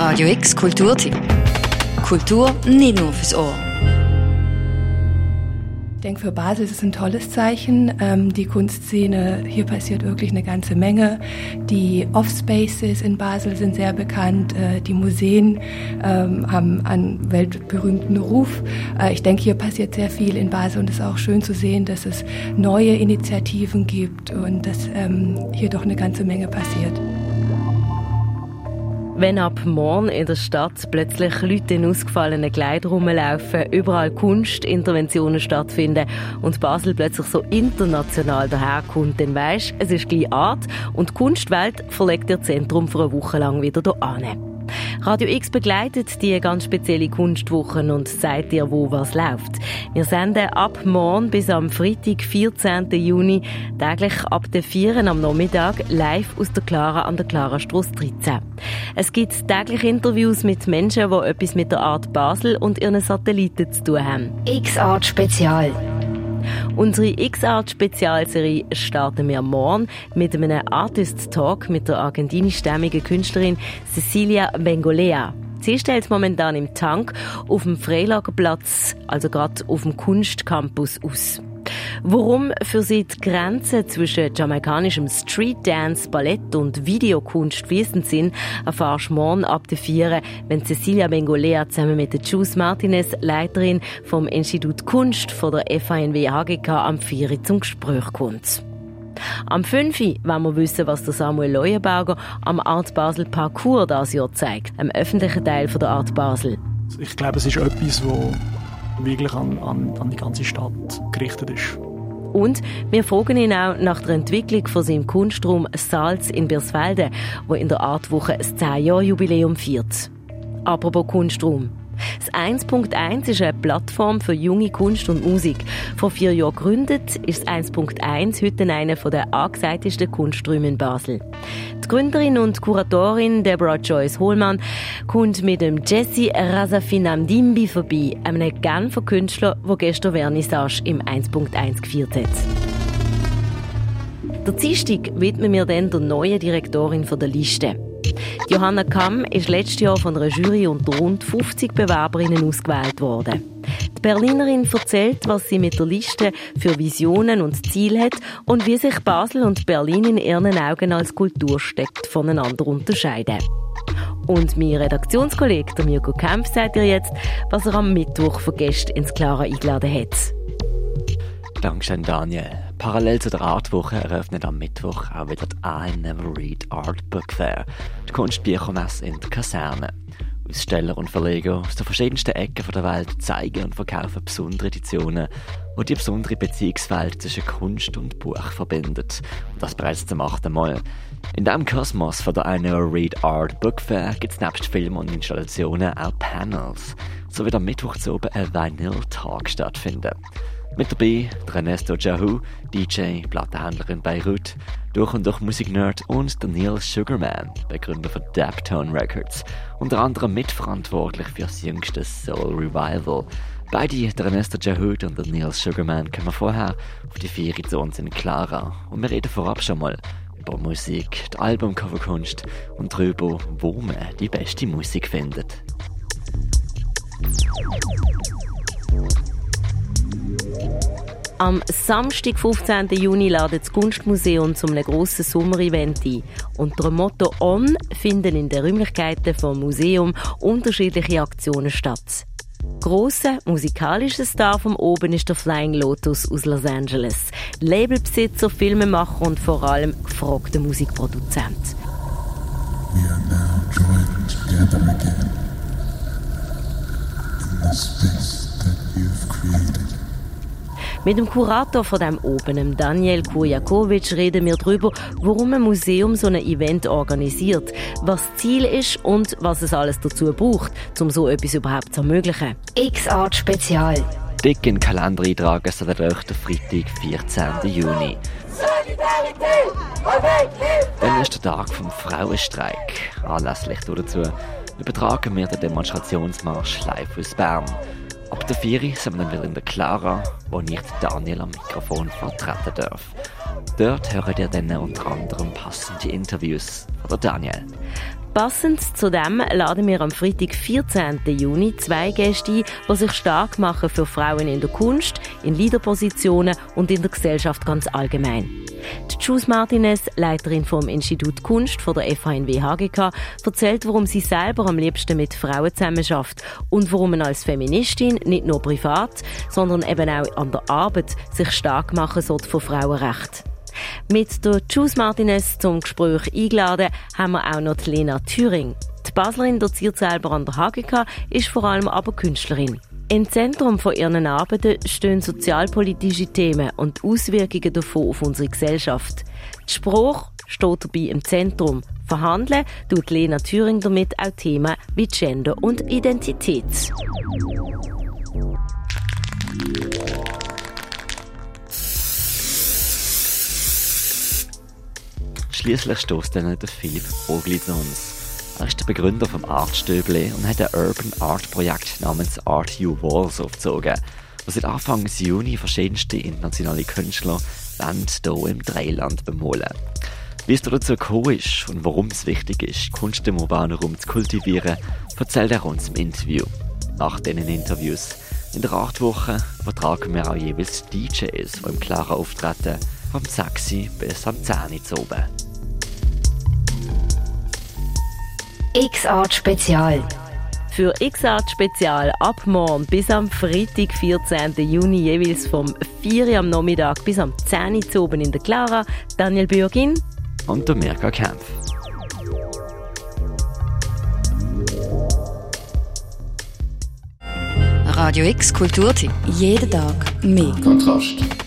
Radio X Kulturtipp. Kultur nicht nur fürs Ohr. Ich denke, für Basel ist es ein tolles Zeichen. Die Kunstszene, hier passiert wirklich eine ganze Menge. Die Offspaces in Basel sind sehr bekannt. Die Museen haben einen weltberühmten Ruf. Ich denke, hier passiert sehr viel in Basel und es ist auch schön zu sehen, dass es neue Initiativen gibt und dass hier doch eine ganze Menge passiert. Wenn ab morgen in der Stadt plötzlich Leute in ausgefallenen Kleidern rumlaufen, überall Kunstinterventionen stattfinden und Basel plötzlich so international daherkommt, dann weisst, es ist gleich Art und die Kunstwelt verlegt ihr Zentrum für eine Woche lang wieder hierhin. Radio X begleitet die ganz spezielle Kunstwochen und zeigt dir, wo was läuft. Wir senden ab morgen bis am Freitag, 14. Juni, täglich ab der 4 am Nachmittag live aus der Clara an der Klarastrasse 13. Es gibt täglich Interviews mit Menschen, die etwas mit der Art Basel und ihren Satelliten zu tun haben. X-Art Spezial. Unsere X-Art-Spezialserie starten wir morgen mit einem Artist-Talk mit der argentinischstämmigen Künstlerin Cecilia Bengolea. Sie stellt momentan im Tank auf dem Freilagerplatz, also gerade auf dem Kunstcampus, aus. Warum für sie die Grenzen zwischen jamaikanischem Streetdance, Ballett und Videokunst fließend sind, erfährst du morgen ab der 4, wenn Cecilia Bengolea zusammen mit der Jus Martinez, Leiterin vom Institut Kunst von der FANW HGK, am 4 zum Gespräch kommt. Am 5 wollen wir wissen, was der Samuel Leuenberger am Art Basel Parcours dieses Jahr zeigt, am öffentlichen Teil der Art Basel. Ich glaube, es ist etwas, das wirklich an die ganze Stadt gerichtet ist. Und wir fragen ihn auch nach der Entwicklung von seinem Kunstraum Salz in Birsfelden, wo in der Artwoche das 10-Jahr-Jubiläum feiert. Apropos Kunstraum. Das 1.1 ist eine Plattform für junge Kunst und Musik. Vor 4 Jahren gegründet, ist das 1.1 heute einer der angesagtesten Kunsträume in Basel. Die Gründerin und Kuratorin Deborah Joyce Hohlmann kommt mit dem Jesse Razafinamdimbi vorbei, einem Genfer Künstler, der gestern Vernissage im 1.1 gefeiert hat. Der Dienstag widmen wir dann der neuen Direktorin der Liste. Johanna Kamm ist letztes Jahr von einer Jury unter rund 50 Bewerberinnen ausgewählt worden. Die Berlinerin erzählt, was sie mit der Liste für Visionen und Ziele hat und wie sich Basel und Berlin in ihren Augen als Kulturstädte voneinander unterscheiden. Und mein Redaktionskollege, der Mirko Kempf, sagt dir jetzt, was er am Mittwoch für Gäste ins Clara eingeladen hat. Dankeschön, Daniel. Parallel zu der Artwoche eröffnet am Mittwoch auch wieder die I Never Read Art Book Fair, die Kunstbüchermesse in der Kaserne. Aussteller und Verleger aus den verschiedensten Ecken der Welt zeigen und verkaufen besondere Editionen, die die besondere Beziehungswelt zwischen Kunst und Buch verbindet. Und das bereits zum 8. Mal. In diesem Kosmos von der I Never Read Art Book Fair gibt es nebst Filmen und Installationen auch Panels. So wird am Mittwoch zu oben ein Vinyl-Tag stattfinden. Mit dabei der Ernesto Jahu, DJ, Plattenhändler in Beirut, durch und durch Musiknerd und der Neil Sugarman, Begründer von Daptone Records, unter anderem mitverantwortlich für das jüngste Soul Revival. Beide, der Ernesto Jahu und der Neil Sugarman, kommen vorher auf die Feier zu uns in Clara und wir reden vorab schon mal über Musik, die Albumcoverkunst und darüber, wo man die beste Musik findet. Am Samstag, 15. Juni, ladet das Kunstmuseum zu einem grossen Sommerevent ein. Unter dem Motto «On» finden in den Räumlichkeiten vom Museum unterschiedliche Aktionen statt. Grosser musikalischer Star vom Oben ist der Flying Lotus aus Los Angeles. Labelbesitzer, Filmemacher und vor allem gefragter Musikproduzent. We are now joined together again in the space that you've created. Mit dem Kurator von dem Oben, Daniel Kurjakovic, reden wir darüber, warum ein Museum so ein Event organisiert, was das Ziel ist und was es alles dazu braucht, um so etwas überhaupt zu ermöglichen. X-Art Spezial. Dick in den Kalender eintragen soll euch der Freitag, 14. Juni. Dann ist der Tag vom Frauenstreik. Anlässlich dazu übertragen wir den Demonstrationsmarsch live aus Bern. Ab der 4 sind wir dann wieder in der Clara, wo ich Daniel am Mikrofon vertreten darf. Dort hören ihr dann unter anderem passende Interviews von Daniel. Passend zu dem laden wir am Freitag, 14. Juni, 2 Gäste ein, die sich stark machen für Frauen in der Kunst, in Leaderpositionen und in der Gesellschaft ganz allgemein. Die Jules Martinez, Leiterin vom Institut Kunst von der FHNW HGK, erzählt, warum sie selber am liebsten mit Frauen zusammenarbeitet und warum man als Feministin nicht nur privat, sondern eben auch an der Arbeit sich stark machen sollte für Frauenrechte. Mit der Jules Martinez zum Gespräch eingeladen haben wir auch noch die Lena Thüring. Die Baslerin doziert selber an der HGK, ist vor allem aber Künstlerin. Im Zentrum von ihren Arbeiten stehen sozialpolitische Themen und die Auswirkungen davon auf unsere Gesellschaft. Der Spruch steht dabei im Zentrum. Verhandeln tut Lena Thüring damit auch Themen wie Gender und Identität. Schliesslich stößt dann der Philipp Vogli zu uns. Er ist der Begründer vom Artstöble und hat ein Urban Art Projekt namens Art U Walls aufgezogen, das seit Anfang Juni verschiedenste internationale Künstler hier im Dreiland bemalen. Wie es dazu gekommen ist und warum es wichtig ist, Kunst im urbanen Raum zu kultivieren, erzählt er uns im Interview. Nach diesen Interviews in der Artwoche übertragen wir auch jeweils DJs, die im Klaren auftreten, vom 6 bis am 10 zu oben. X-Art Spezial. Für X-Art Spezial ab morgen bis am Freitag, 14. Juni, jeweils vom 4 Uhr am Nachmittag bis am 10 Uhr zu oben in der Clara, Daniel Bürgin und der Mirka Kempf. Radio X Kulturtipp. Jeden Tag mehr. Kontrast.